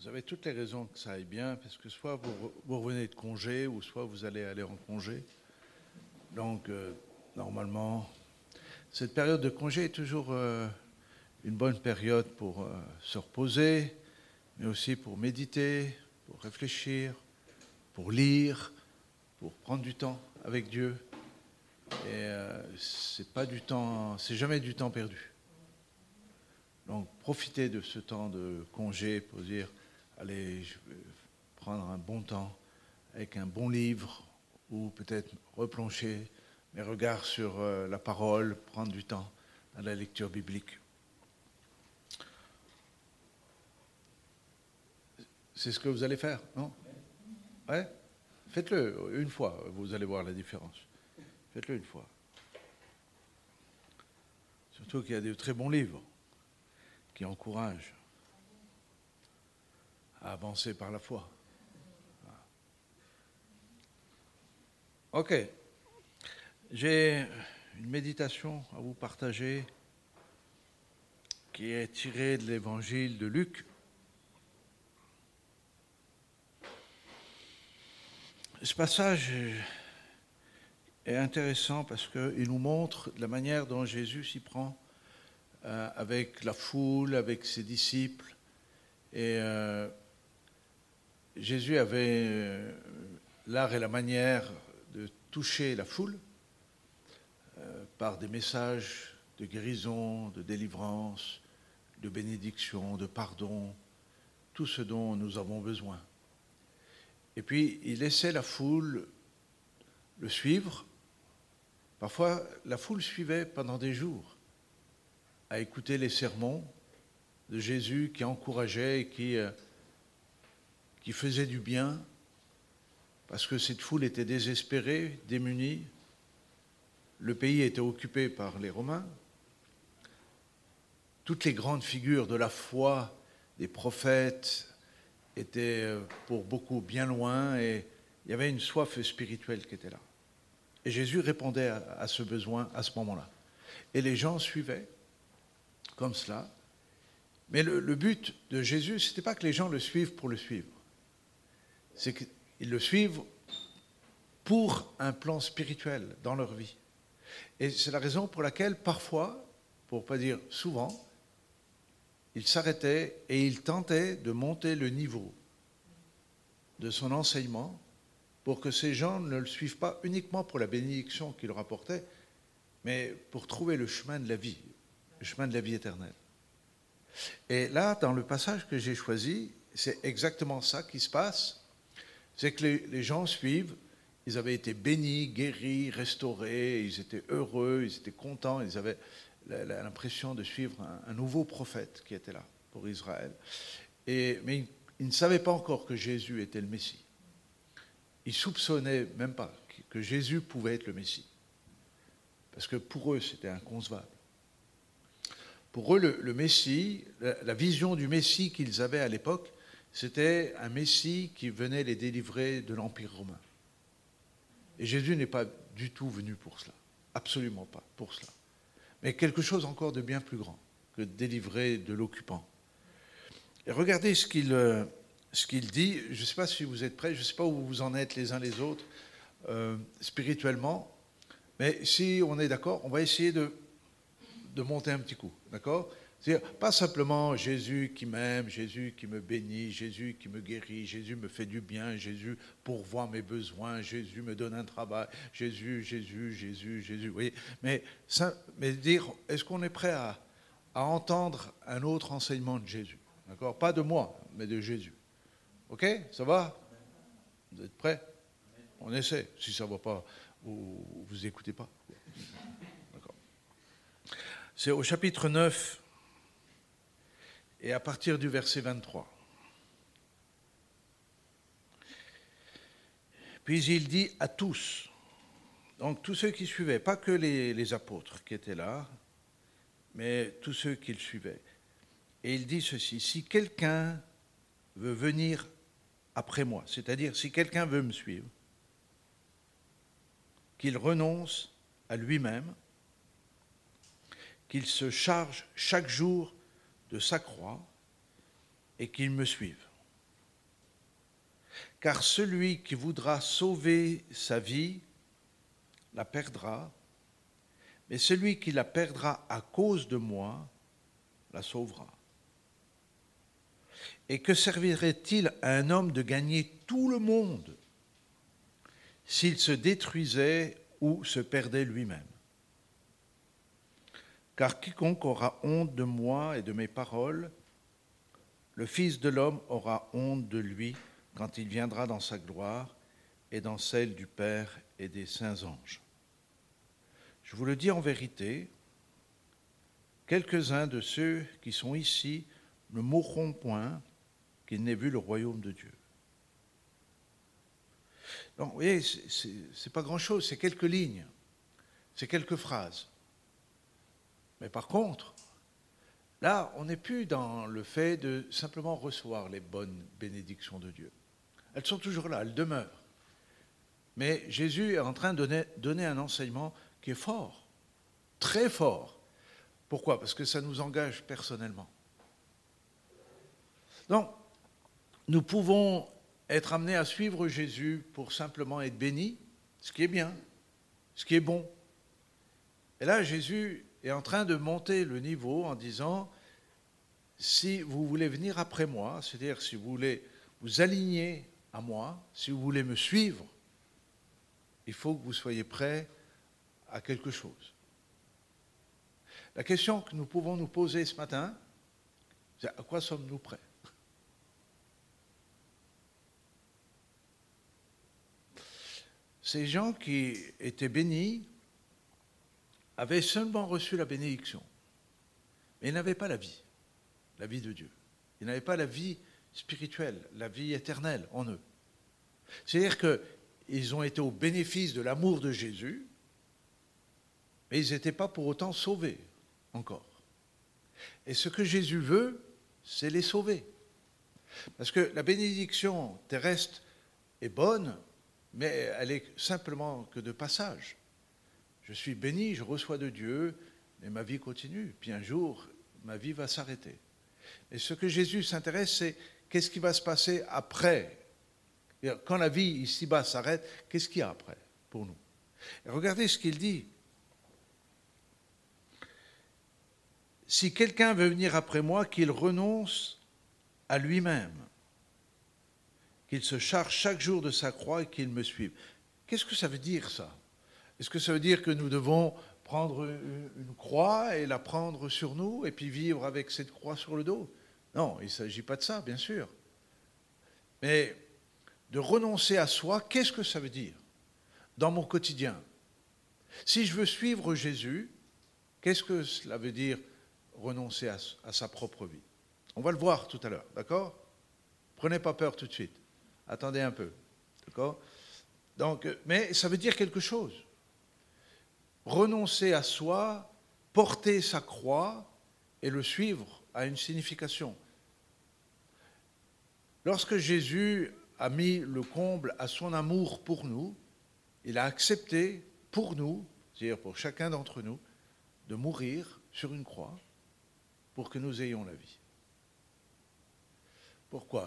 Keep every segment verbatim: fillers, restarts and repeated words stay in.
Vous avez toutes les raisons que ça aille bien, parce que soit vous, vous revenez de congé, ou soit vous allez aller en congé. Donc, euh, normalement, cette période de congé est toujours euh, une bonne période pour euh, se reposer, mais aussi pour méditer, pour réfléchir, pour lire, pour prendre du temps avec Dieu. Et euh, c'est pas du temps, c'est jamais du temps perdu. Donc, profitez de ce temps de congé pour dire, allez, je vais prendre un bon temps avec un bon livre, ou peut-être replonger mes regards sur euh, la parole, prendre du temps dans la lecture biblique. C'est ce que vous allez faire, non? Ouais? Faites-le une fois, vous allez voir la différence. Faites-le une fois. Surtout qu'il y a de très bons livres qui encouragent à avancer par la foi. Ok. J'ai une méditation à vous partager qui est tirée de l'évangile de Luc. Ce passage est intéressant parce qu'il nous montre la manière dont Jésus s'y prend euh, avec la foule, avec ses disciples. Et euh, Jésus avait euh, l'art et la manière de toucher la foule euh, par des messages de guérison, de délivrance, de bénédiction, de pardon, tout ce dont nous avons besoin. Et puis, il laissait la foule le suivre. Parfois, la foule suivait pendant des jours à écouter les sermons de Jésus qui encourageait et qui, euh, qui faisait du bien, parce que cette foule était désespérée, démunie. Le pays était occupé par les Romains. Toutes les grandes figures de la foi, des prophètes, étaient pour beaucoup bien loin, et il y avait une soif spirituelle qui était là. Et Jésus répondait à, à ce besoin à ce moment-là. Et les gens suivaient comme cela. Mais le, le but de Jésus, ce n'était pas que les gens le suivent pour le suivre. C'est qu'ils le suivent pour un plan spirituel dans leur vie. Et c'est la raison pour laquelle, parfois, pour ne pas dire souvent, il s'arrêtait et il tentait de monter le niveau de son enseignement pour que ces gens ne le suivent pas uniquement pour la bénédiction qu'il leur apportait, mais pour trouver le chemin de la vie, le chemin de la vie éternelle. Et là, dans le passage que j'ai choisi, c'est exactement ça qui se passe. C'est que les, les gens suivent, ils avaient été bénis, guéris, restaurés, ils étaient heureux, ils étaient contents, ils avaient l'impression de suivre un, un nouveau prophète qui était là pour Israël. Et, mais ils, ils ne savaient pas encore que Jésus était le Messie. Ils ne soupçonnaient même pas que Jésus pouvait être le Messie. Parce que pour eux, c'était inconcevable. Pour eux, le, le Messie, la, la vision du Messie qu'ils avaient à l'époque, c'était un Messie qui venait les délivrer de l'Empire romain. Et Jésus n'est pas du tout venu pour cela. Absolument pas pour cela. Mais quelque chose encore de bien plus grand que de délivrer de l'occupant. Et regardez ce qu'il, euh, ce qu'il dit. Je ne sais pas si vous êtes prêts, je ne sais pas où vous en êtes les uns les autres, euh, spirituellement, mais si on est d'accord, on va essayer de, de monter un petit coup, d'accord ? C'est-à-dire, pas simplement Jésus qui m'aime, Jésus qui me bénit, Jésus qui me guérit, Jésus me fait du bien, Jésus pourvoit mes besoins, Jésus me donne un travail, Jésus, Jésus, Jésus, Jésus. Vous voyez, mais, ça, mais dire, est-ce qu'on est prêt à, à entendre un autre enseignement de Jésus ? D'accord ? Pas de moi, mais de Jésus. Ok ? Ça va ? Vous êtes prêts ? On essaie. Si ça ne va pas, vous n'écoutez pas. D'accord. C'est au chapitre neuf. Et à partir du verset vingt-trois. Puis il dit à tous, donc tous ceux qui suivaient, pas que les, les apôtres qui étaient là, mais tous ceux qui le suivaient. Et il dit ceci, si quelqu'un veut venir après moi, c'est-à-dire si quelqu'un veut me suivre, qu'il renonce à lui-même, qu'il se charge chaque jour de sa croix et qu'il me suive. Car celui qui voudra sauver sa vie la perdra, mais celui qui la perdra à cause de moi la sauvera. Et que servirait-il à un homme de gagner tout le monde s'il se détruisait ou se perdait lui-même? Car quiconque aura honte de moi et de mes paroles, le Fils de l'homme aura honte de lui quand il viendra dans sa gloire et dans celle du Père et des saints anges. Je vous le dis en vérité, quelques-uns de ceux qui sont ici ne mourront point qu'ils n'aient vu le royaume de Dieu. Donc, vous voyez, ce n'est pas grand-chose, c'est quelques lignes, c'est quelques phrases. Mais par contre, là, on n'est plus dans le fait de simplement recevoir les bonnes bénédictions de Dieu. Elles sont toujours là, elles demeurent. Mais Jésus est en train de donner, donner un enseignement qui est fort, très fort. Pourquoi ? Parce que ça nous engage personnellement. Donc, nous pouvons être amenés à suivre Jésus pour simplement être bénis, ce qui est bien, ce qui est bon. Et là, Jésus est en train de monter le niveau en disant, si vous voulez venir après moi, c'est-à-dire si vous voulez vous aligner à moi, si vous voulez me suivre, il faut que vous soyez prêts à quelque chose. La question que nous pouvons nous poser ce matin, c'est à quoi sommes-nous prêts ? Ces gens qui étaient bénis avaient seulement reçu la bénédiction, mais ils n'avaient pas la vie, la vie de Dieu. Ils n'avaient pas la vie spirituelle, la vie éternelle en eux. C'est-à-dire qu'ils ont été au bénéfice de l'amour de Jésus, mais ils n'étaient pas pour autant sauvés encore. Et ce que Jésus veut, c'est les sauver. Parce que la bénédiction terrestre est bonne, mais elle est simplement que de passage. Je suis béni, je reçois de Dieu, mais ma vie continue. Puis un jour, ma vie va s'arrêter. Et ce que Jésus s'intéresse, c'est qu'est-ce qui va se passer après ? Quand la vie ici-bas s'arrête, qu'est-ce qu'il y a après pour nous ? Et regardez ce qu'il dit. Si quelqu'un veut venir après moi, qu'il renonce à lui-même, qu'il se charge chaque jour de sa croix et qu'il me suive. Qu'est-ce que ça veut dire, ça ? Est-ce que ça veut dire que nous devons prendre une croix et la prendre sur nous et puis vivre avec cette croix sur le dos ? Non, il ne s'agit pas de ça, bien sûr. Mais de renoncer à soi, qu'est-ce que ça veut dire dans mon quotidien ? Si je veux suivre Jésus, qu'est-ce que cela veut dire renoncer à, à sa propre vie ? On va le voir tout à l'heure, d'accord ? Prenez pas peur tout de suite. Attendez un peu, d'accord ? Donc, mais ça veut dire quelque chose. Renoncer à soi, porter sa croix et le suivre a une signification. Lorsque Jésus a mis le comble à son amour pour nous, il a accepté pour nous, c'est-à-dire pour chacun d'entre nous, de mourir sur une croix pour que nous ayons la vie. Pourquoi ?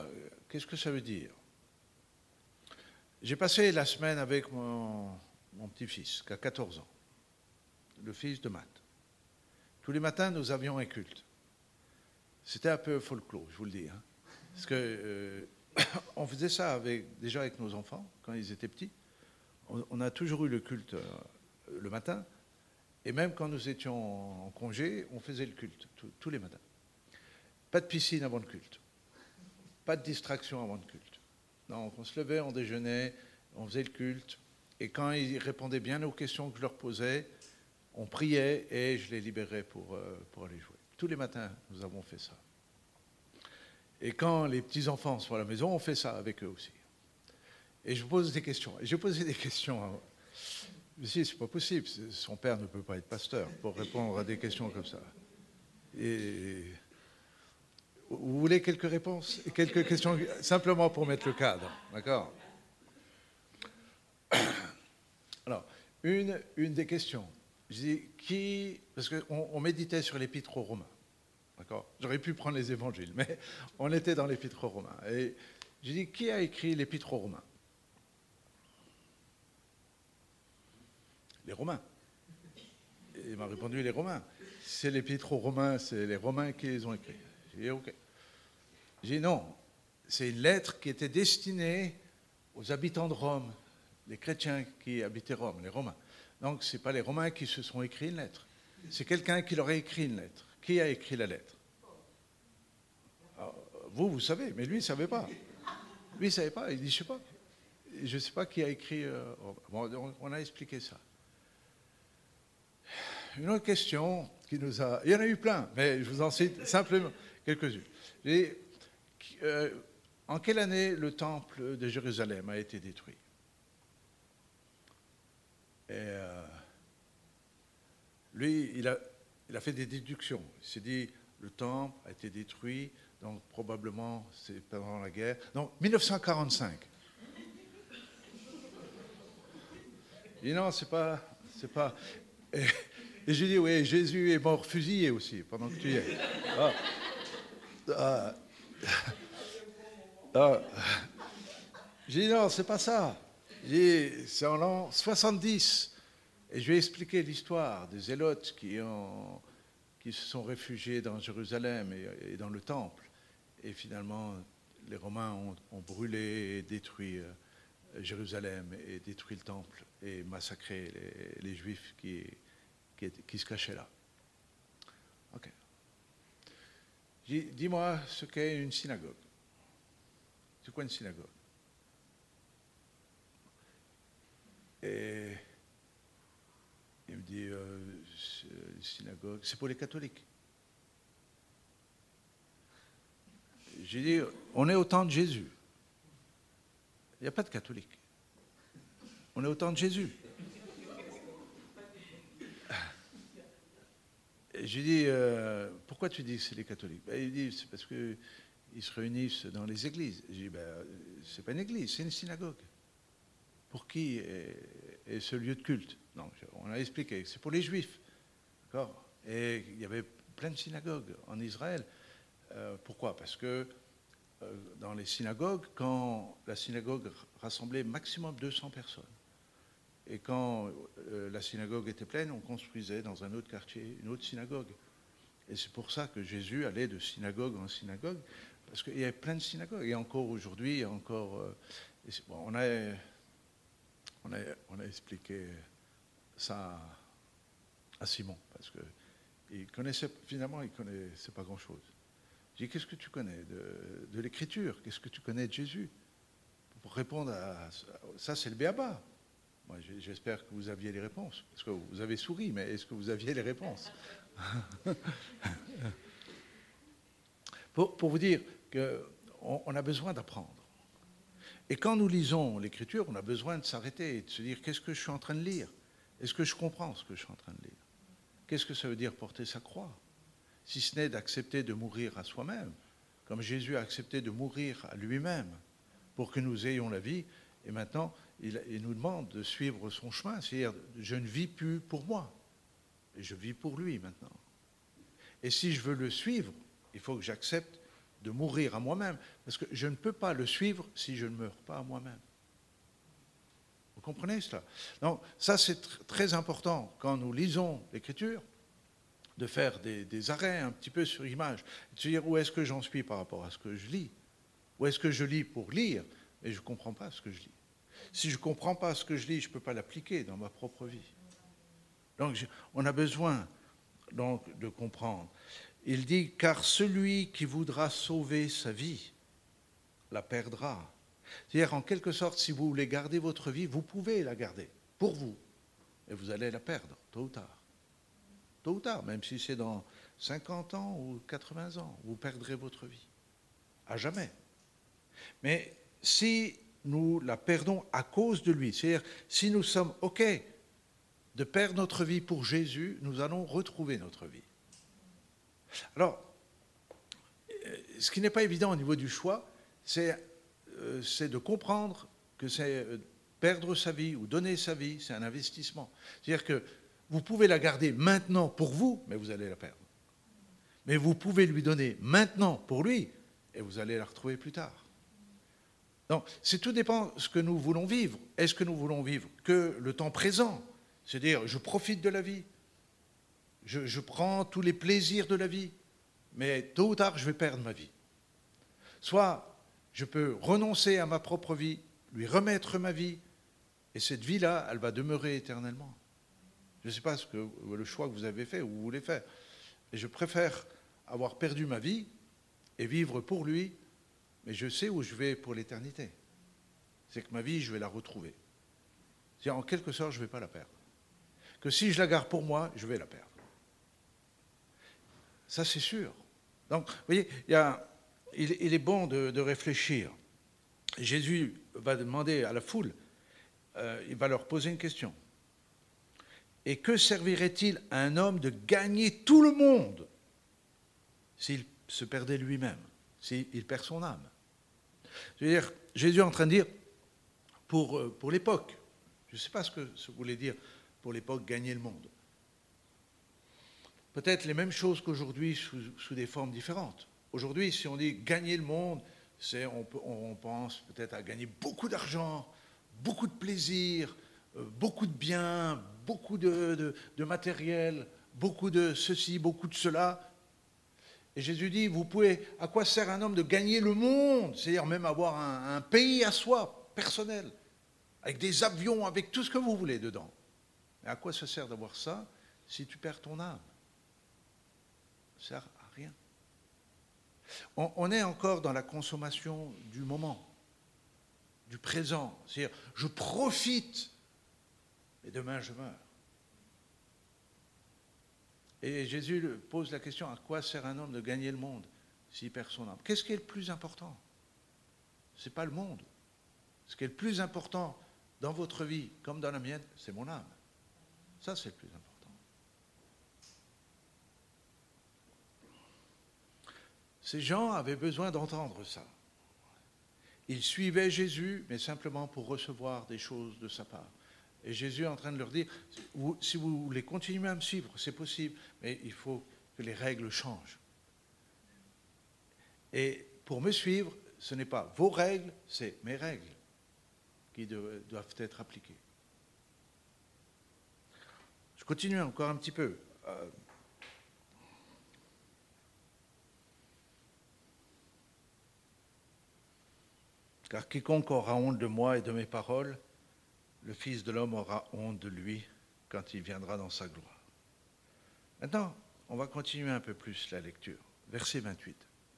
Qu'est-ce que ça veut dire ? J'ai passé la semaine avec mon, mon petit-fils, qui a quatorze ans, le fils de Matt. Tous les matins, nous avions un culte. C'était un peu folklore, je vous le dis. Hein, parce que euh, on faisait ça avec, déjà avec nos enfants, quand ils étaient petits. On, on a toujours eu le culte euh, le matin. Et même quand nous étions en congé, on faisait le culte, tout, tous les matins. Pas de piscine avant le culte. Pas de distraction avant le culte. Non, on se levait, on déjeunait, on faisait le culte. Et quand ils répondaient bien aux questions que je leur posais, on priait et je les libérais pour, euh, pour aller jouer. Tous les matins, nous avons fait ça. Et quand les petits-enfants sont à la maison, on fait ça avec eux aussi. Et je pose des questions. Et j'ai posé des questions. À... Je me suis dit, c'est pas possible. Son père ne peut pas être pasteur pour répondre à des questions comme ça. Et... Vous voulez quelques réponses, quelques questions, simplement pour mettre le cadre, d'accord ? Alors, une, une des questions, je dis, qui, parce qu'on on méditait sur l'épître aux Romains, d'accord ? J'aurais pu prendre les évangiles, mais on était dans l'épître aux Romains. Et J'ai dit, qui a écrit l'Épître aux Romains? Les Romains. Et il m'a répondu, les Romains. C'est l'Épître aux Romains, c'est les Romains qui les ont écrits. J'ai dit, ok. J'ai dit, non, c'est une lettre qui était destinée aux habitants de Rome, les chrétiens qui habitaient Rome, les Romains. Donc, ce n'est pas les Romains qui se sont écrits une lettre. C'est quelqu'un qui leur a écrit une lettre. Qui a écrit la lettre? Alors, vous, vous savez, mais lui, il ne savait pas. Lui, il ne savait pas, il dit, je ne sais pas. Je ne sais pas qui a écrit... Euh, bon, on a expliqué ça. Une autre question qui nous a... Il y en a eu plein, mais je vous en cite simplement quelques-unes. Et, euh, en quelle année le temple de Jérusalem a été détruit? Et euh, lui, il a, il a fait des déductions. Il s'est dit, le temple a été détruit, donc probablement c'est pendant la guerre. Donc, mille neuf cent quarante-cinq. Il dit, non, c'est pas... C'est pas... Et, et j'ai dit, oui, Jésus est mort fusillé aussi, pendant que tu y es. Ah. Ah. Ah. J'ai dit, non, c'est pas ça. J'ai dit, c'est en l'an soixante-dix. Et je vais expliquer l'histoire des Zélotes qui, ont, qui se sont réfugiés dans Jérusalem et, et dans le temple. Et finalement, les Romains ont, ont brûlé et détruit euh, Jérusalem et détruit le temple et massacré les, les Juifs qui... Qui, qui se cachait là. Ok. Dis-moi ce qu'est une synagogue. C'est quoi une synagogue? Et il me dit, euh, une synagogue, c'est pour les catholiques. J'ai dit, on est au temps de Jésus. Il n'y a pas de catholiques. On est au temps de Jésus. J'ai dit, euh, pourquoi tu dis que c'est les catholiques? Ben, il dit, c'est parce qu'ils se réunissent dans les églises. J'ai dit, ben, c'est pas une église, c'est une synagogue. Pour qui est, est ce lieu de culte? Non, on a expliqué, c'est pour les Juifs. D'accord? Et il y avait plein de synagogues en Israël. Euh, pourquoi? Parce que euh, dans les synagogues, quand la synagogue rassemblait maximum deux cents personnes, et quand euh, la synagogue était pleine, on construisait dans un autre quartier une autre synagogue. Et c'est pour ça que Jésus allait de synagogue en synagogue, parce qu'il y a plein de synagogues. Et encore aujourd'hui, il y a encore... Euh, bon, on, a, on, a, on a expliqué ça à, à Simon, parce qu'il connaissait, finalement, il ne connaissait pas grand-chose. J'ai dit, qu'est-ce que tu connais de, de l'Écriture? Qu'est-ce que tu connais de Jésus? Pour répondre à ça, c'est le béaba. Moi, j'espère que vous aviez les réponses, parce que vous avez souri, mais est-ce que vous aviez les réponses? pour, pour vous dire qu'on on a besoin d'apprendre. Et quand nous lisons l'Écriture, on a besoin de s'arrêter et de se dire, qu'est-ce que je suis en train de lire? Est-ce que je comprends ce que je suis en train de lire? Qu'est-ce que ça veut dire porter sa croix? Si ce n'est d'accepter de mourir à soi-même, comme Jésus a accepté de mourir à lui-même, pour que nous ayons la vie, et maintenant, il, il nous demande de suivre son chemin, c'est-à-dire, je ne vis plus pour moi, et je vis pour lui maintenant. Et si je veux le suivre, il faut que j'accepte de mourir à moi-même, parce que je ne peux pas le suivre si je ne meurs pas à moi-même. Vous comprenez cela? Donc, ça, c'est tr- très important, quand nous lisons l'Écriture, de faire des, des arrêts un petit peu sur image, de se dire, où est-ce que j'en suis par rapport à ce que je lis? Où est-ce que je lis pour lire, mais je ne comprends pas ce que je lis? Si je ne comprends pas ce que je lis, je ne peux pas l'appliquer dans ma propre vie. Donc, je, on a besoin donc, de comprendre. Il dit, car celui qui voudra sauver sa vie la perdra. C'est-à-dire, en quelque sorte, si vous voulez garder votre vie, vous pouvez la garder, pour vous. Et vous allez la perdre, tôt ou tard. Tôt ou tard, même si c'est dans cinquante ans ou quatre-vingts ans, vous perdrez votre vie. À jamais. Mais si nous la perdons à cause de lui, c'est-à-dire si nous sommes OK de perdre notre vie pour Jésus, nous allons retrouver notre vie. Alors, ce qui n'est pas évident au niveau du choix, c'est, euh, c'est de comprendre que c'est euh, perdre sa vie ou donner sa vie, c'est un investissement. C'est-à-dire que vous pouvez la garder maintenant pour vous, mais vous allez la perdre. Mais vous pouvez lui donner maintenant pour lui, et vous allez la retrouver plus tard. Donc, c'est tout dépend de ce que nous voulons vivre. Est-ce que nous voulons vivre que le temps présent, c'est-à-dire je profite de la vie, je, je prends tous les plaisirs de la vie, mais tôt ou tard je vais perdre ma vie. Soit je peux renoncer à ma propre vie, lui remettre ma vie, et cette vie-là, elle va demeurer éternellement. Je ne sais pas ce que, le choix que vous avez fait ou vous voulez faire. Et je préfère avoir perdu ma vie et vivre pour lui, mais je sais où je vais pour l'éternité. C'est que ma vie, je vais la retrouver. C'est-à-dire, en quelque sorte, je ne vais pas la perdre. Que si je la garde pour moi, je vais la perdre. Ça, c'est sûr. Donc, vous voyez, il, y a, il, il est bon de, de réfléchir. Jésus va demander à la foule, euh, il va leur poser une question. Et que servirait-il à un homme de gagner tout le monde s'il se perdait lui-même, s'il perd son âme? Je veux dire, Jésus est en train de dire, pour, pour l'époque, je ne sais pas ce que ça voulait dire pour l'époque, gagner le monde. Peut-être les mêmes choses qu'aujourd'hui sous, sous des formes différentes. Aujourd'hui, si on dit gagner le monde, c'est, on, peut, on pense peut-être à gagner beaucoup d'argent, beaucoup de plaisir, euh, beaucoup de biens, beaucoup de, de, de matériel, beaucoup de ceci, beaucoup de cela. Et Jésus dit, vous pouvez, à quoi sert un homme de gagner le monde? C'est-à-dire même avoir un, un pays à soi, personnel, avec des avions, avec tout ce que vous voulez dedans. Mais à quoi ça sert d'avoir ça si tu perds ton âme? Ça ne sert à rien. On, on est encore dans la consommation du moment, du présent. C'est-à-dire, je profite, et demain je meurs. Et Jésus pose la question, à quoi sert un homme de gagner le monde s'il perd son âme? Qu'est-ce qui est le plus important? Ce n'est pas le monde. Ce qui est le plus important dans votre vie, comme dans la mienne, c'est mon âme. Ça, c'est le plus important. Ces gens avaient besoin d'entendre ça. Ils suivaient Jésus, mais simplement pour recevoir des choses de sa part. Et Jésus est en train de leur dire, si vous voulez continuer à me suivre, c'est possible, mais il faut que les règles changent. Et pour me suivre, ce n'est pas vos règles, c'est mes règles qui doivent être appliquées. Je continue encore un petit peu. Euh, Car quiconque aura honte de moi et de mes paroles, le Fils de l'homme aura honte de lui quand il viendra dans sa gloire. Maintenant, on va continuer un peu plus la lecture. Verset vingt-huit.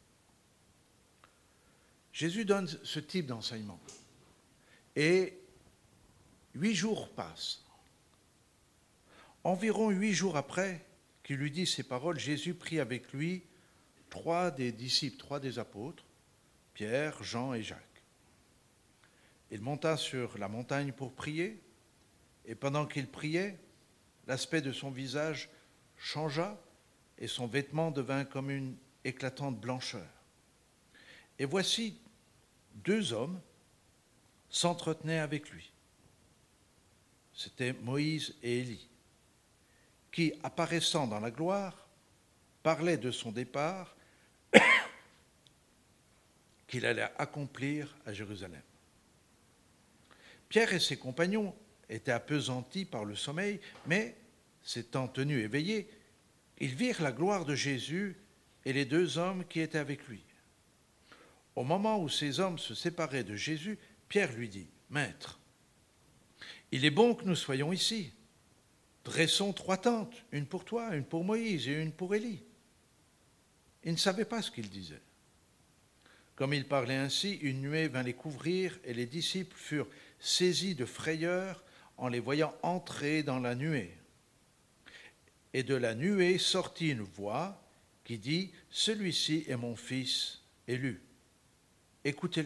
Jésus donne ce type d'enseignement. Et huit jours passent. Environ huit jours après qu'il lui dit ces paroles, Jésus prit avec lui trois des disciples, trois des apôtres, Pierre, Jean et Jacques. Il monta sur la montagne pour prier, et pendant qu'il priait, l'aspect de son visage changea, et son vêtement devint comme une éclatante blancheur. Et voici, deux hommes s'entretenaient avec lui. C'étaient Moïse et Élie, qui, apparaissant dans la gloire, parlaient de son départ qu'il allait accomplir à Jérusalem. Pierre et ses compagnons étaient appesantis par le sommeil, mais, s'étant tenus éveillés, ils virent la gloire de Jésus et les deux hommes qui étaient avec lui. Au moment où ces hommes se séparaient de Jésus, Pierre lui dit, « Maître, il est bon que nous soyons ici. Dressons trois tentes, une pour toi, une pour Moïse et une pour Élie. » Ils ne savaient pas ce qu'il disait. Comme il parlait ainsi, une nuée vint les couvrir et les disciples furent saisis de frayeur en les voyant entrer dans la nuée. Et de la nuée sortit une voix qui dit, « Celui-ci est mon fils élu. Écoutez-le. »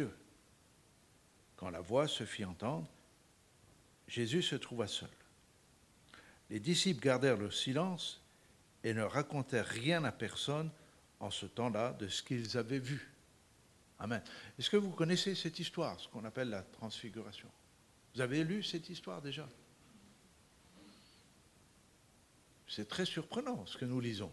Quand la voix se fit entendre, Jésus se trouva seul. Les disciples gardèrent le silence et ne racontèrent rien à personne en ce temps-là de ce qu'ils avaient vu. Amen. Est-ce que vous connaissez cette histoire, ce qu'on appelle la transfiguration? Vous avez lu cette histoire déjà? C'est très surprenant ce que nous lisons.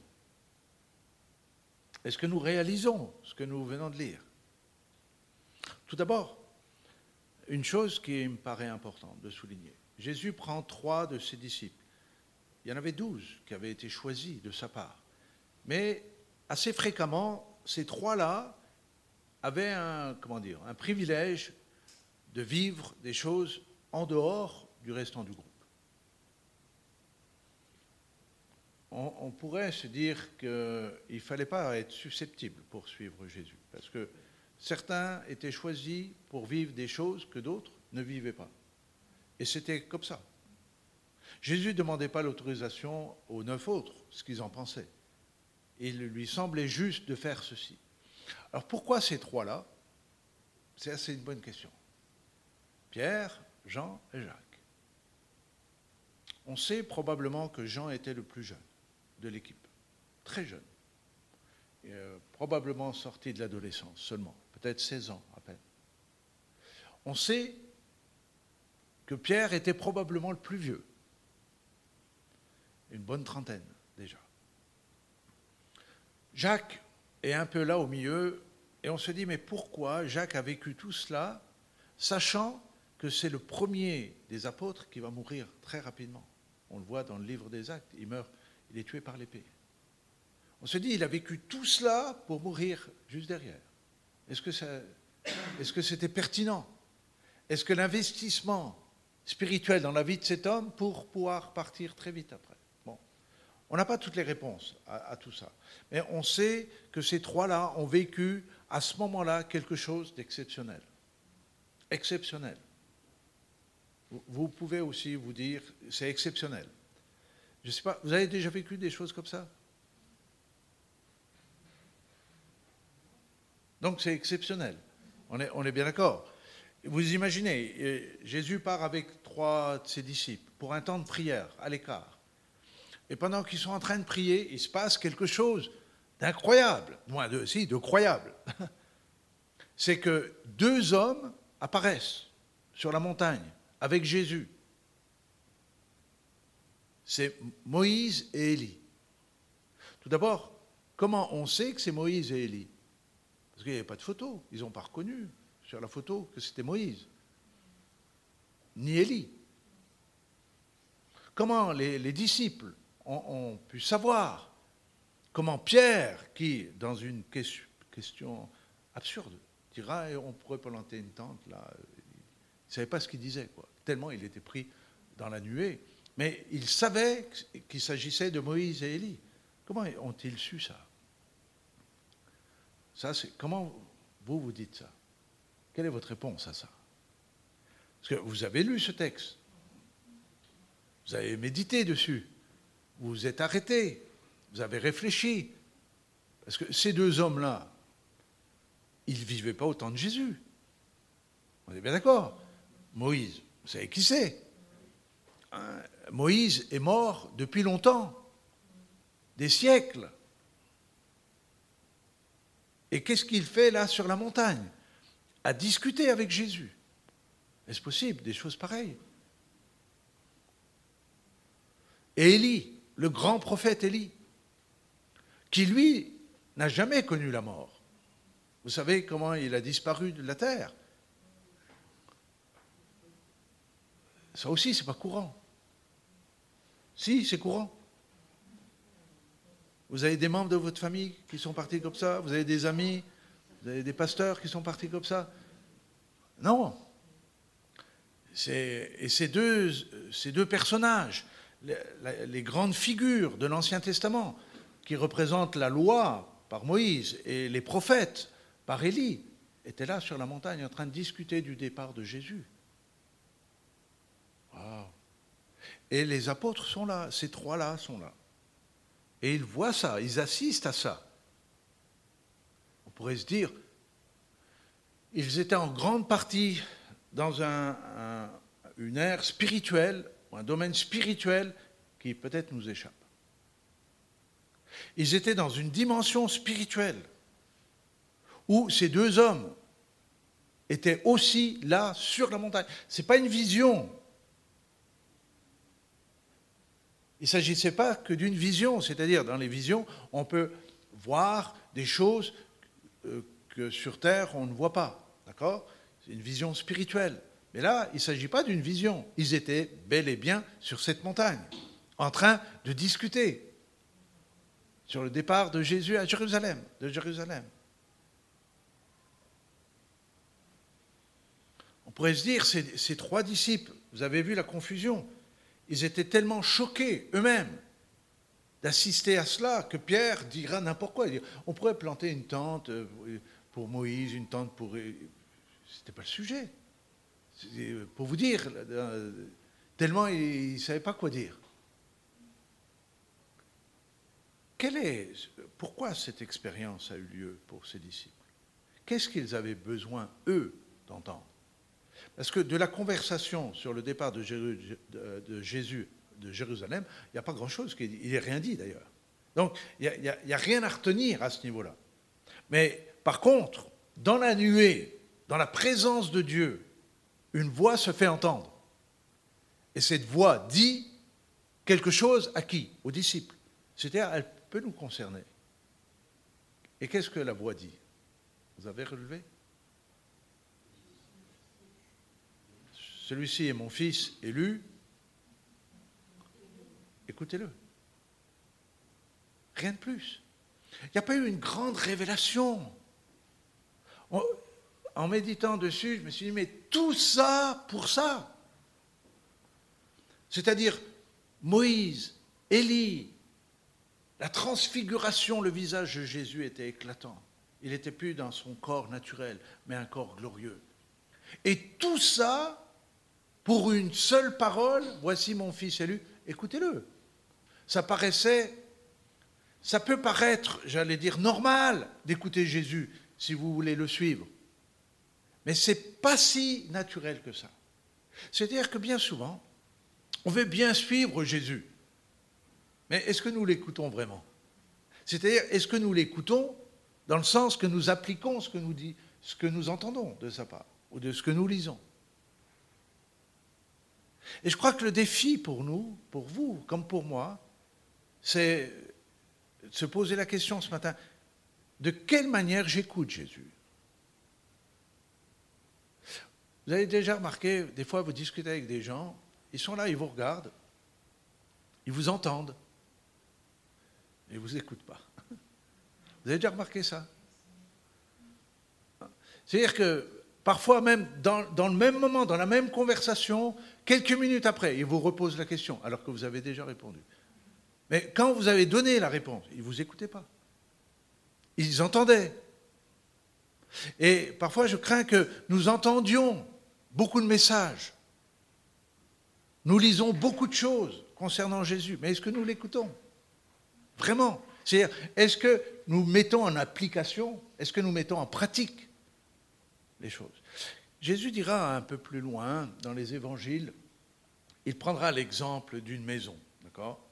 Est-ce que nous réalisons ce que nous venons de lire? Tout d'abord, une chose qui me paraît importante de souligner. Jésus prend trois de ses disciples. Il y en avait douze qui avaient été choisis de sa part. Mais assez fréquemment, ces trois-là avaient un, comment dire, un privilège de vivre des choses en dehors du restant du groupe. On, on pourrait se dire qu'il ne fallait pas être susceptible pour suivre Jésus, parce que certains étaient choisis pour vivre des choses que d'autres ne vivaient pas. Et c'était comme ça. Jésus ne demandait pas l'autorisation aux neuf autres, ce qu'ils en pensaient. Il lui semblait juste de faire ceci. Alors pourquoi ces trois-là? C'est assez une bonne question. Pierre, Jean et Jacques. On sait probablement que Jean était le plus jeune de l'équipe, très jeune, et, euh, probablement sorti de l'adolescence seulement, peut-être seize ans à peine. On sait que Pierre était probablement le plus vieux, une bonne trentaine déjà. Jacques est un peu là au milieu, et on se dit, mais pourquoi Jacques a vécu tout cela, sachant que c'est le premier des apôtres qui va mourir très rapidement. On le voit dans le livre des Actes, il meurt, il est tué par l'épée. On se dit, il a vécu tout cela pour mourir juste derrière. Est-ce que ça, est-ce que c'était pertinent? Est-ce que l'investissement spirituel dans la vie de cet homme pour pouvoir partir très vite après? Bon, on n'a pas toutes les réponses à, à tout ça. Mais on sait que ces trois-là ont vécu à ce moment-là quelque chose d'exceptionnel. Exceptionnel. Vous pouvez aussi vous dire, c'est exceptionnel. Je ne sais pas, vous avez déjà vécu des choses comme ça? Donc c'est exceptionnel. On est, on est bien d'accord. Vous imaginez, Jésus part avec trois de ses disciples pour un temps de prière à l'écart. Et pendant qu'ils sont en train de prier, il se passe quelque chose d'incroyable. Moins de, si, de croyable. C'est que deux hommes apparaissent sur la montagne avec Jésus. C'est Moïse et Élie. Tout d'abord, comment on sait que c'est Moïse et Élie? Parce qu'il n'y avait pas de photo. Ils n'ont pas reconnu sur la photo que c'était Moïse, ni Élie. Comment les, les disciples ont, ont pu savoir? Comment Pierre, qui, dans une question, question absurde, dira, on pourrait planter une tente là. Il ne savait pas ce qu'il disait, quoi. Tellement il était pris dans la nuée. Mais il savait qu'il s'agissait de Moïse et Élie. Comment ont-ils su ça? Ça, c'est comment vous vous dites ça? Quelle est votre réponse à ça? Parce que vous avez lu ce texte. Vous avez médité dessus. Vous vous êtes arrêté. Vous avez réfléchi. Parce que ces deux hommes-là, ils ne vivaient pas au temps de Jésus. On est bien d'accord? Moïse, vous savez qui c'est? Hein? Moïse est mort depuis longtemps, des siècles. Et qu'est-ce qu'il fait là sur la montagne? À discuter avec Jésus. Est-ce possible des choses pareilles? Et Élie, le grand prophète Élie, qui lui n'a jamais connu la mort. Vous savez comment il a disparu de la terre? Ça aussi, c'est pas courant. Si, c'est courant. Vous avez des membres de votre famille qui sont partis comme ça? Vous avez des amis? Vous avez des pasteurs qui sont partis comme ça? Non. C'est, et ces deux, ces deux personnages, les, les grandes figures de l'Ancien Testament, qui représentent la loi par Moïse et les prophètes par Élie, étaient là sur la montagne en train de discuter du départ de Jésus. Wow. Et les apôtres sont là, ces trois-là sont là. Et ils voient ça, ils assistent à ça. On pourrait se dire, ils étaient en grande partie dans un, un, une ère spirituelle, ou un domaine spirituel qui peut-être nous échappe. Ils étaient dans une dimension spirituelle où ces deux hommes étaient aussi là sur la montagne. Ce n'est pas une vision. Il ne s'agissait pas que d'une vision, c'est-à-dire dans les visions, on peut voir des choses que sur Terre, on ne voit pas, d'accord? C'est une vision spirituelle. Mais là, il ne s'agit pas d'une vision. Ils étaient bel et bien sur cette montagne, en train de discuter sur le départ de Jésus à Jérusalem, de Jérusalem. On pourrait se dire, ces, ces trois disciples, vous avez vu la confusion, ils étaient tellement choqués eux-mêmes d'assister à cela que Pierre dira n'importe quoi. On pourrait planter une tente pour Moïse, une tente pour... Ce n'était pas le sujet. Pour vous dire, tellement ils ne savaient pas quoi dire. Quelle est, pourquoi cette expérience a eu lieu pour ces disciples? Qu'est-ce qu'ils avaient besoin, eux, d'entendre? Parce que de la conversation sur le départ de Jésus de Jérusalem, il n'y a pas grand-chose, il n'est rien dit d'ailleurs. Donc, il n'y a, a, a rien à retenir à ce niveau-là. Mais par contre, dans la nuée, dans la présence de Dieu, une voix se fait entendre. Et cette voix dit quelque chose à qui? Aux disciples. C'est-à-dire, elle peut nous concerner. Et qu'est-ce que la voix dit? Vous avez relevé? Celui-ci est mon fils élu. Écoutez-le. Rien de plus. Il n'y a pas eu une grande révélation. On, en méditant dessus, je me suis dit, mais tout ça pour ça. C'est-à-dire, Moïse, Élie, la transfiguration, le visage de Jésus était éclatant. Il n'était plus dans son corps naturel, mais un corps glorieux. Et tout ça, pour une seule parole, voici mon fils élu, écoutez-le. Ça paraissait, ça peut paraître, j'allais dire, normal d'écouter Jésus, si vous voulez le suivre. Mais ce n'est pas si naturel que ça. C'est-à-dire que bien souvent, on veut bien suivre Jésus. Mais est-ce que nous l'écoutons vraiment? C'est-à-dire, est-ce que nous l'écoutons dans le sens que nous appliquons ce que nous dit, ce que nous entendons de sa part, ou de ce que nous lisons? Et je crois que le défi pour nous, pour vous, comme pour moi, c'est de se poser la question ce matin, de quelle manière j'écoute Jésus? Vous avez déjà remarqué, des fois vous discutez avec des gens, ils sont là, ils vous regardent, ils vous entendent, et ils ne vous écoutent pas. Vous avez déjà remarqué ça? C'est-à-dire que parfois même, dans, dans le même moment, dans la même conversation, quelques minutes après, ils vous reposent la question, alors que vous avez déjà répondu. Mais quand vous avez donné la réponse, ils ne vous écoutaient pas. Ils entendaient. Et parfois, je crains que nous entendions beaucoup de messages. Nous lisons beaucoup de choses concernant Jésus, mais est-ce que nous l'écoutons? Vraiment. C'est-à-dire, est-ce que nous mettons en application, est-ce que nous mettons en pratique les choses? Jésus dira un peu plus loin, dans les évangiles, il prendra l'exemple d'une maison, d'accord?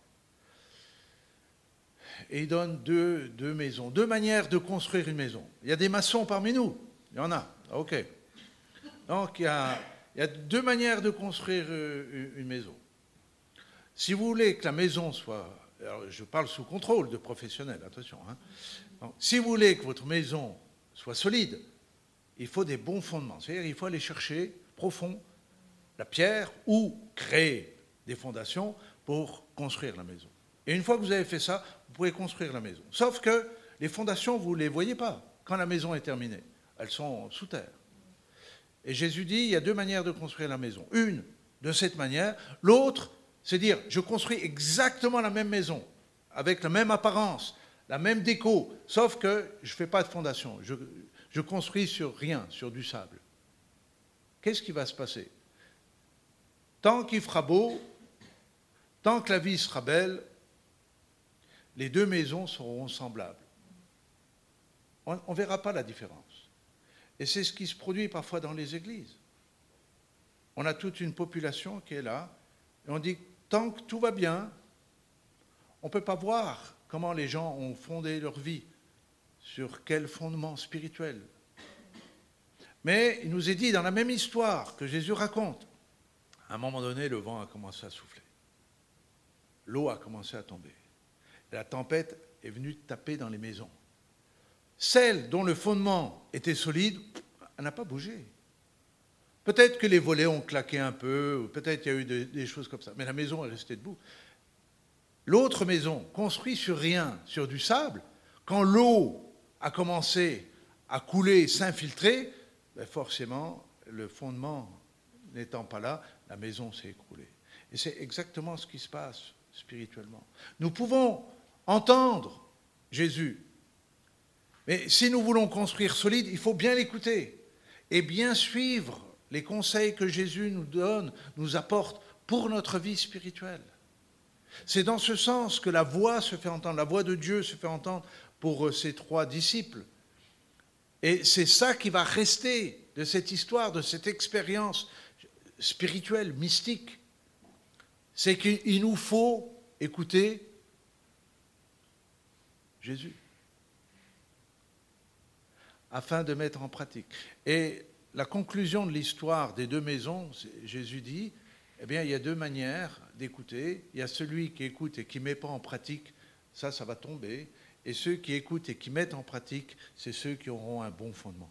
Et il donne deux, deux maisons, deux manières de construire une maison. Il y a des maçons parmi nous, il y en a, ok. Donc il y a, il y a deux manières de construire une maison. Si vous voulez que la maison soit, alors je parle sous contrôle de professionnels, attention, hein. Donc, si vous voulez que votre maison soit solide, il faut des bons fondements, c'est-à-dire il faut aller chercher profond la pierre ou créer des fondations pour construire la maison. Et une fois que vous avez fait ça, vous pouvez construire la maison. Sauf que les fondations, vous ne les voyez pas quand la maison est terminée. Elles sont sous terre. Et Jésus dit, il y a deux manières de construire la maison. Une, de cette manière. L'autre, c'est dire, je construis exactement la même maison, avec la même apparence, la même déco, sauf que je ne fais pas de fondation. Je, je construis sur rien, sur du sable. Qu'est-ce qui va se passer? Tant qu'il fera beau, tant que la vie sera belle, les deux maisons seront semblables. On ne verra pas la différence. Et c'est ce qui se produit parfois dans les églises. On a toute une population qui est là, et on dit, tant que tout va bien, on ne peut pas voir comment les gens ont fondé leur vie, sur quel fondement spirituel. Mais il nous est dit dans la même histoire que Jésus raconte, à un moment donné, le vent a commencé à souffler. L'eau a commencé à tomber. Et la tempête est venue taper dans les maisons. Celle dont le fondement était solide, elle n'a pas bougé. Peut-être que les volets ont claqué un peu, ou peut-être qu'il y a eu des, des choses comme ça, mais la maison est restée debout. L'autre maison, construite sur rien, sur du sable, quand l'eau a commencé à couler, s'infiltrer, ben forcément, le fondement n'étant pas là, la maison s'est écroulée. Et c'est exactement ce qui se passe spirituellement. Nous pouvons entendre Jésus, mais si nous voulons construire solide, il faut bien l'écouter et bien suivre les conseils que Jésus nous donne, nous apporte pour notre vie spirituelle. C'est dans ce sens que la voix se fait entendre, la voix de Dieu se fait entendre pour ces trois disciples. Et c'est ça qui va rester de cette histoire, de cette expérience spirituelle, mystique. C'est qu'il nous faut écouter Jésus afin de mettre en pratique. Et la conclusion de l'histoire des deux maisons, Jésus dit, eh bien, il y a deux manières d'écouter. Il y a celui qui écoute et qui ne met pas en pratique, ça, ça va tomber. Et ceux qui écoutent et qui mettent en pratique, c'est ceux qui auront un bon fondement.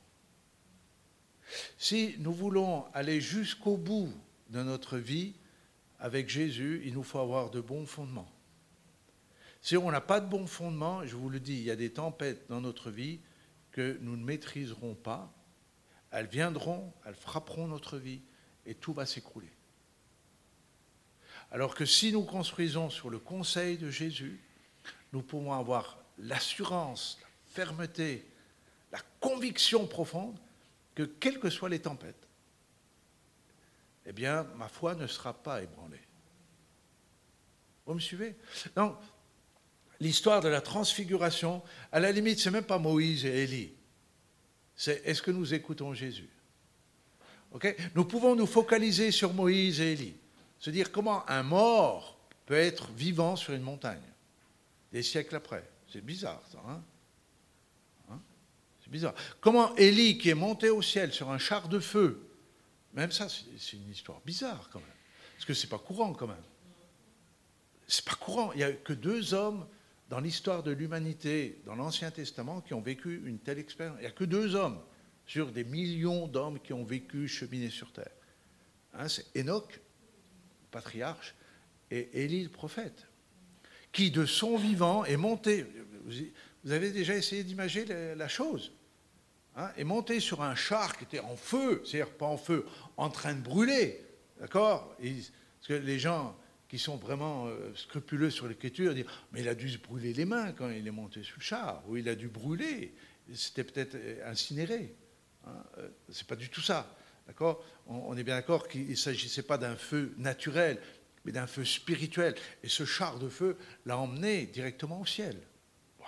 Si nous voulons aller jusqu'au bout de notre vie avec Jésus, il nous faut avoir de bons fondements. Si on n'a pas de bons fondements, je vous le dis, il y a des tempêtes dans notre vie que nous ne maîtriserons pas. Elles viendront, elles frapperont notre vie et tout va s'écrouler. Alors que si nous construisons sur le conseil de Jésus, nous pouvons avoir l'assurance, la fermeté, la conviction profonde que quelles que soient les tempêtes, eh bien, ma foi ne sera pas ébranlée. Vous me suivez? Donc, l'histoire de la transfiguration, à la limite, ce n'est même pas Moïse et Élie. C'est est-ce que nous écoutons Jésus? Okay? Nous pouvons nous focaliser sur Moïse et Élie. Se dire comment un mort peut être vivant sur une montagne, des siècles après. C'est bizarre, ça. Hein? Hein? C'est bizarre. Comment Élie, qui est monté au ciel sur un char de feu, même ça, c'est, c'est une histoire bizarre quand même. Parce que c'est pas courant quand même. C'est pas courant. Il n'y a que deux hommes dans l'histoire de l'humanité, dans l'Ancien Testament, qui ont vécu une telle expérience. Il n'y a que deux hommes sur des millions d'hommes qui ont vécu, cheminé sur terre. Hein, c'est Enoch, le patriarche, et Élie, le prophète, qui de son vivant est monté. Vous avez déjà essayé d'imaginer la chose, hein, est monté sur un char qui était en feu, c'est-à-dire pas en feu, en train de brûler, d'accord? Et, parce que les gens qui sont vraiment euh, scrupuleux sur l'écriture disent « mais il a dû se brûler les mains quand il est monté sur le char, ou il a dû brûler, c'était peut-être incinéré. Hein, euh, c'est pas du tout ça. D'accord? on, on est bien d'accord qu'il ne s'agissait pas d'un feu naturel, mais d'un feu spirituel. Et ce char de feu l'a emmené directement au ciel. Wow.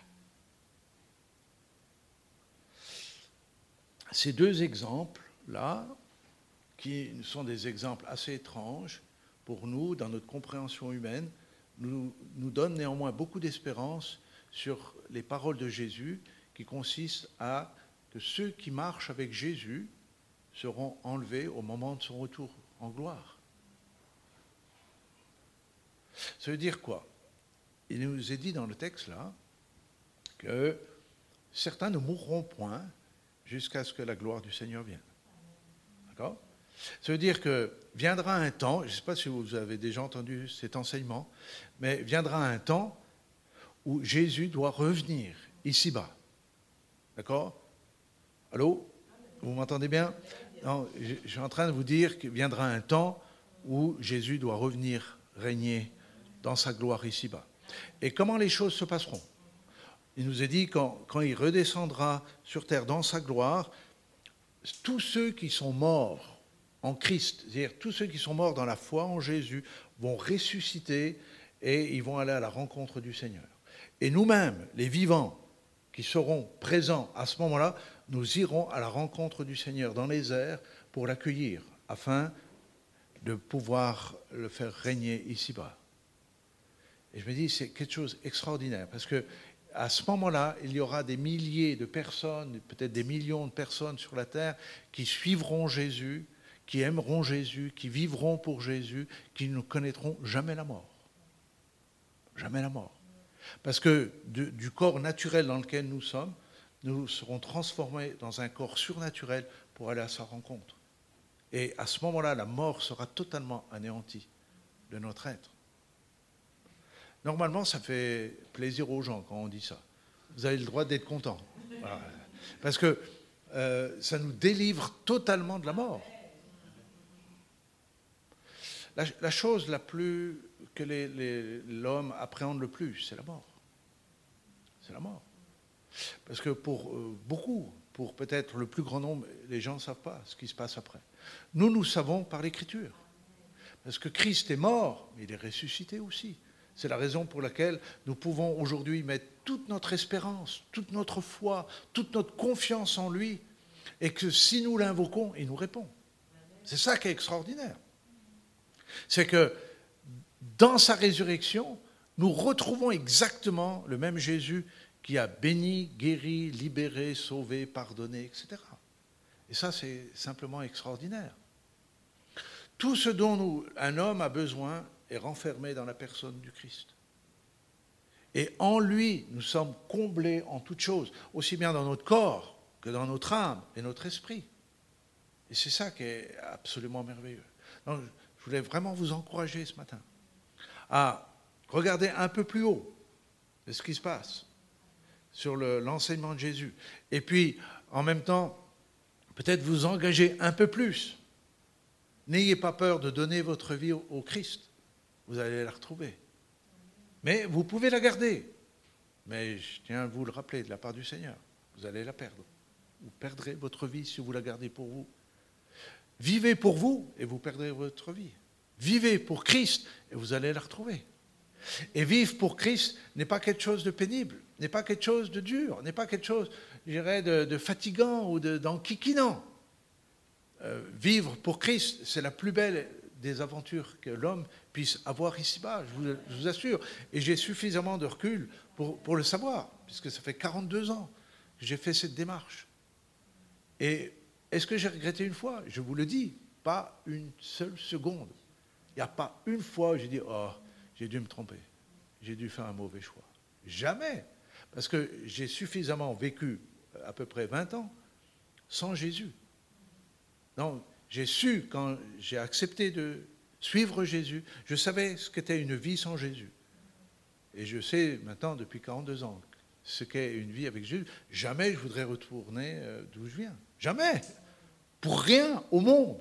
Ces deux exemples-là, qui sont des exemples assez étranges pour nous, dans notre compréhension humaine, nous, nous donnent néanmoins beaucoup d'espérance sur les paroles de Jésus, qui consistent à que ceux qui marchent avec Jésus seront enlevés au moment de son retour en gloire. Ça veut dire quoi? Il nous est dit dans le texte là que certains ne mourront point jusqu'à ce que la gloire du Seigneur vienne. D'accord? Ça veut dire que viendra un temps, je ne sais pas si vous avez déjà entendu cet enseignement, mais viendra un temps où Jésus doit revenir ici-bas. D'accord? Allô? Vous m'entendez bien? Non, je suis en train de vous dire qu'il viendra un temps où Jésus doit revenir régner dans sa gloire ici-bas. Et comment les choses se passeront? Il nous est dit quand, quand il redescendra sur terre dans sa gloire, tous ceux qui sont morts en Christ, c'est-à-dire tous ceux qui sont morts dans la foi en Jésus, vont ressusciter et ils vont aller à la rencontre du Seigneur. Et nous-mêmes, les vivants qui seront présents à ce moment-là, nous irons à la rencontre du Seigneur dans les airs pour l'accueillir, afin de pouvoir le faire régner ici-bas. Et je me dis, c'est quelque chose d'extraordinaire, parce que à ce moment-là, il y aura des milliers de personnes, peut-être des millions de personnes sur la terre qui suivront Jésus, qui aimeront Jésus, qui vivront pour Jésus, qui ne connaîtront jamais la mort. Jamais la mort. Parce que de, du corps naturel dans lequel nous sommes, nous serons transformés dans un corps surnaturel pour aller à sa rencontre. Et à ce moment-là, la mort sera totalement anéantie de notre être. Normalement, ça fait plaisir aux gens quand on dit ça. Vous avez le droit d'être content. Voilà. Parce que euh, ça nous délivre totalement de la mort. La, la chose la plus que les, les, l'homme appréhende le plus, c'est la mort. C'est la mort. Parce que pour euh, beaucoup, pour peut-être le plus grand nombre, les gens ne savent pas ce qui se passe après. Nous, nous savons par l'Écriture. Parce que Christ est mort, mais il est ressuscité aussi. C'est la raison pour laquelle nous pouvons aujourd'hui mettre toute notre espérance, toute notre foi, toute notre confiance en lui, et que si nous l'invoquons, il nous répond. C'est ça qui est extraordinaire. C'est que dans sa résurrection, nous retrouvons exactement le même Jésus qui a béni, guéri, libéré, sauvé, pardonné, et cetera. Et ça, c'est simplement extraordinaire. Tout ce dont nous, un homme a besoin est renfermé dans la personne du Christ. Et en lui, nous sommes comblés en toutes choses, aussi bien dans notre corps que dans notre âme et notre esprit. Et c'est ça qui est absolument merveilleux. Donc, je voulais vraiment vous encourager ce matin à regarder un peu plus haut de ce qui se passe sur le, l'enseignement de Jésus. Et puis, en même temps, peut-être vous engager un peu plus. N'ayez pas peur de donner votre vie au, au Christ. Vous allez la retrouver. Mais vous pouvez la garder. Mais je tiens à vous le rappeler de la part du Seigneur. Vous allez la perdre. Vous perdrez votre vie si vous la gardez pour vous. Vivez pour vous et vous perdrez votre vie. Vivez pour Christ et vous allez la retrouver. Et vivre pour Christ n'est pas quelque chose de pénible, n'est pas quelque chose de dur, n'est pas quelque chose, je dirais, de, de fatigant ou de, d'enquiquinant. Euh, vivre pour Christ, c'est la plus belle des aventures que l'homme puisse avoir ici-bas, je vous, je vous assure. Et j'ai suffisamment de recul pour, pour le savoir, puisque ça fait quarante-deux ans que j'ai fait cette démarche. Et est-ce que j'ai regretté une fois? Je vous le dis, pas une seule seconde. Il n'y a pas une fois où j'ai dit « Oh, j'ai dû me tromper, j'ai dû faire un mauvais choix ». Jamais. Parce que j'ai suffisamment vécu à peu près vingt ans sans Jésus. Donc, j'ai su, quand j'ai accepté de suivre Jésus, je savais ce qu'était une vie sans Jésus. Et je sais maintenant, depuis quarante-deux ans, ce qu'est une vie avec Jésus. Jamais je voudrais retourner d'où je viens. Jamais. Pour rien au monde.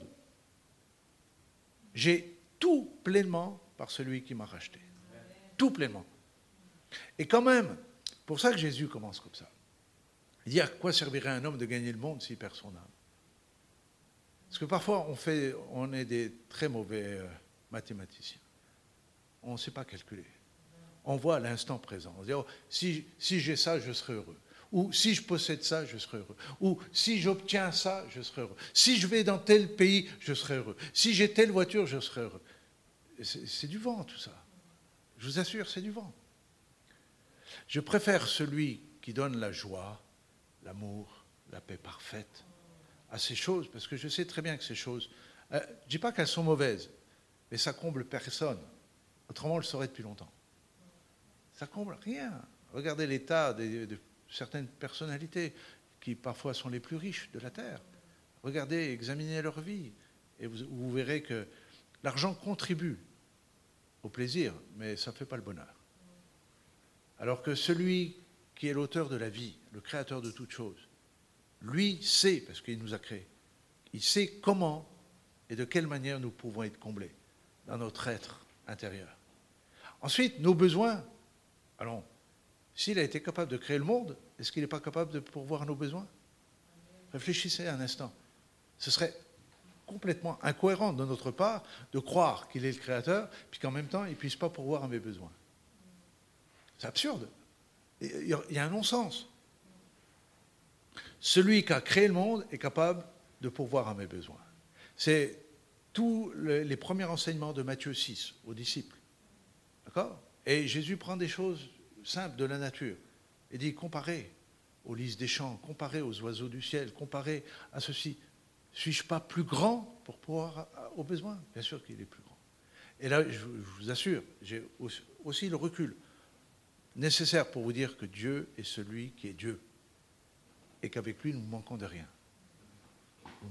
J'ai tout pleinement par celui qui m'a racheté. Tout pleinement. Et quand même, pour ça que Jésus commence comme ça. Il dit, à quoi servirait un homme de gagner le monde s'il perd son âme? Parce que parfois, on, fait, on est des très mauvais euh, mathématiciens. On ne sait pas calculer. On voit l'instant présent. On se dit, oh, si, si j'ai ça, je serai heureux. Ou si je possède ça, je serai heureux. Ou si j'obtiens ça, je serai heureux. Si je vais dans tel pays, je serai heureux. Si j'ai telle voiture, je serai heureux. C'est, c'est du vent, tout ça. Je vous assure, c'est du vent. Je préfère celui qui donne la joie, l'amour, la paix parfaite à ces choses, parce que je sais très bien que ces choses, euh, je ne dis pas qu'elles sont mauvaises, mais ça comble personne. Autrement, on le saurait depuis longtemps. Ça comble rien. Regardez l'état de, de certaines personnalités qui parfois sont les plus riches de la terre. Regardez, examinez leur vie, et vous, vous verrez que l'argent contribue au plaisir, mais ça ne fait pas le bonheur. Alors que celui qui est l'auteur de la vie, le créateur de toutes choses, lui sait, parce qu'il nous a créés, il sait comment et de quelle manière nous pouvons être comblés dans notre être intérieur. Ensuite, nos besoins. Alors, s'il a été capable de créer le monde, est-ce qu'il n'est pas capable de pourvoir nos besoins? Réfléchissez un instant. Ce serait complètement incohérent de notre part de croire qu'il est le créateur, puis qu'en même temps, il ne puisse pas pourvoir à mes besoins. C'est absurde. Il y a un non-sens. Celui qui a créé le monde est capable de pourvoir à mes besoins. C'est tous les premiers enseignements de Matthieu six aux disciples. D'accord? Et Jésus prend des choses simples de la nature et dit, comparez aux lys des champs, comparez aux oiseaux du ciel, comparez à ceci. Suis-je pas plus grand pour pouvoir aux besoins? Bien sûr qu'il est plus grand. Et là, je vous assure, j'ai aussi le recul nécessaire pour vous dire que Dieu est celui qui est Dieu et qu'avec lui, nous ne manquons de rien. Nous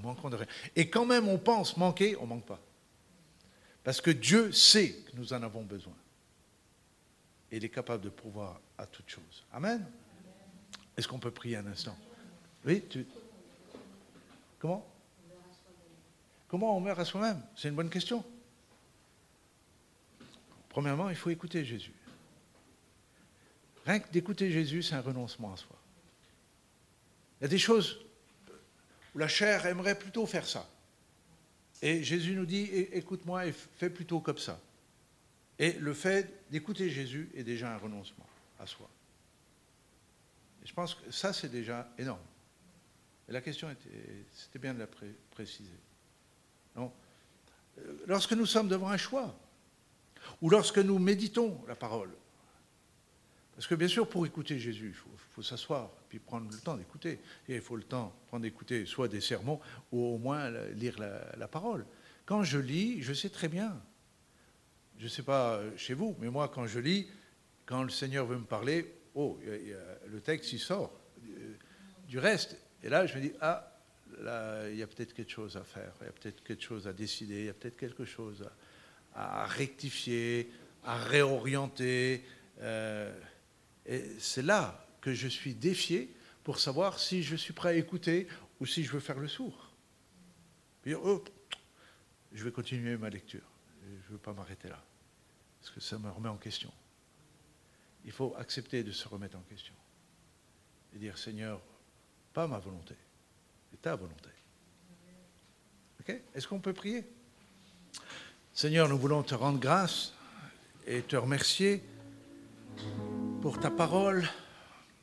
nous manquons de rien. Et quand même on pense manquer, on ne manque pas. Parce que Dieu sait que nous en avons besoin. Et il est capable de pourvoir à toutes choses. Amen. Est-ce qu'on peut prier un instant? Oui, tu... Comment? Comment on meurt à soi-même? C'est une bonne question. Premièrement, il faut écouter Jésus. Rien que d'écouter Jésus, c'est un renoncement à soi. Il y a des choses où la chair aimerait plutôt faire ça. Et Jésus nous dit, écoute-moi et fais plutôt comme ça. Et le fait d'écouter Jésus est déjà un renoncement à soi. Et je pense que ça, c'est déjà énorme. Et la question, était, c'était bien de la pré- préciser. Non. Lorsque nous sommes devant un choix, ou lorsque nous méditons la parole, parce que bien sûr, pour écouter Jésus, il faut, faut s'asseoir, puis prendre le temps d'écouter. Et il faut le temps prendre d'écouter soit des sermons, ou au moins lire la, la parole. Quand je lis, je sais très bien. Je ne sais pas chez vous, mais moi, quand je lis, quand le Seigneur veut me parler, oh, y a, y a, le texte, il sort du reste. Et là, je me dis, ah, là, il y a peut-être quelque chose à faire, il y a peut-être quelque chose à décider, il y a peut-être quelque chose à, à rectifier, à réorienter. Euh, et c'est là que je suis défié pour savoir si je suis prêt à écouter ou si je veux faire le sourd. Puis, oh, je vais continuer ma lecture. Je ne veux pas m'arrêter là, parce que ça me remet en question. Il faut accepter de se remettre en question et dire, Seigneur, pas ma volonté, c'est ta volonté. Okay? Est-ce qu'on peut prier? Seigneur, nous voulons te rendre grâce et te remercier pour ta parole,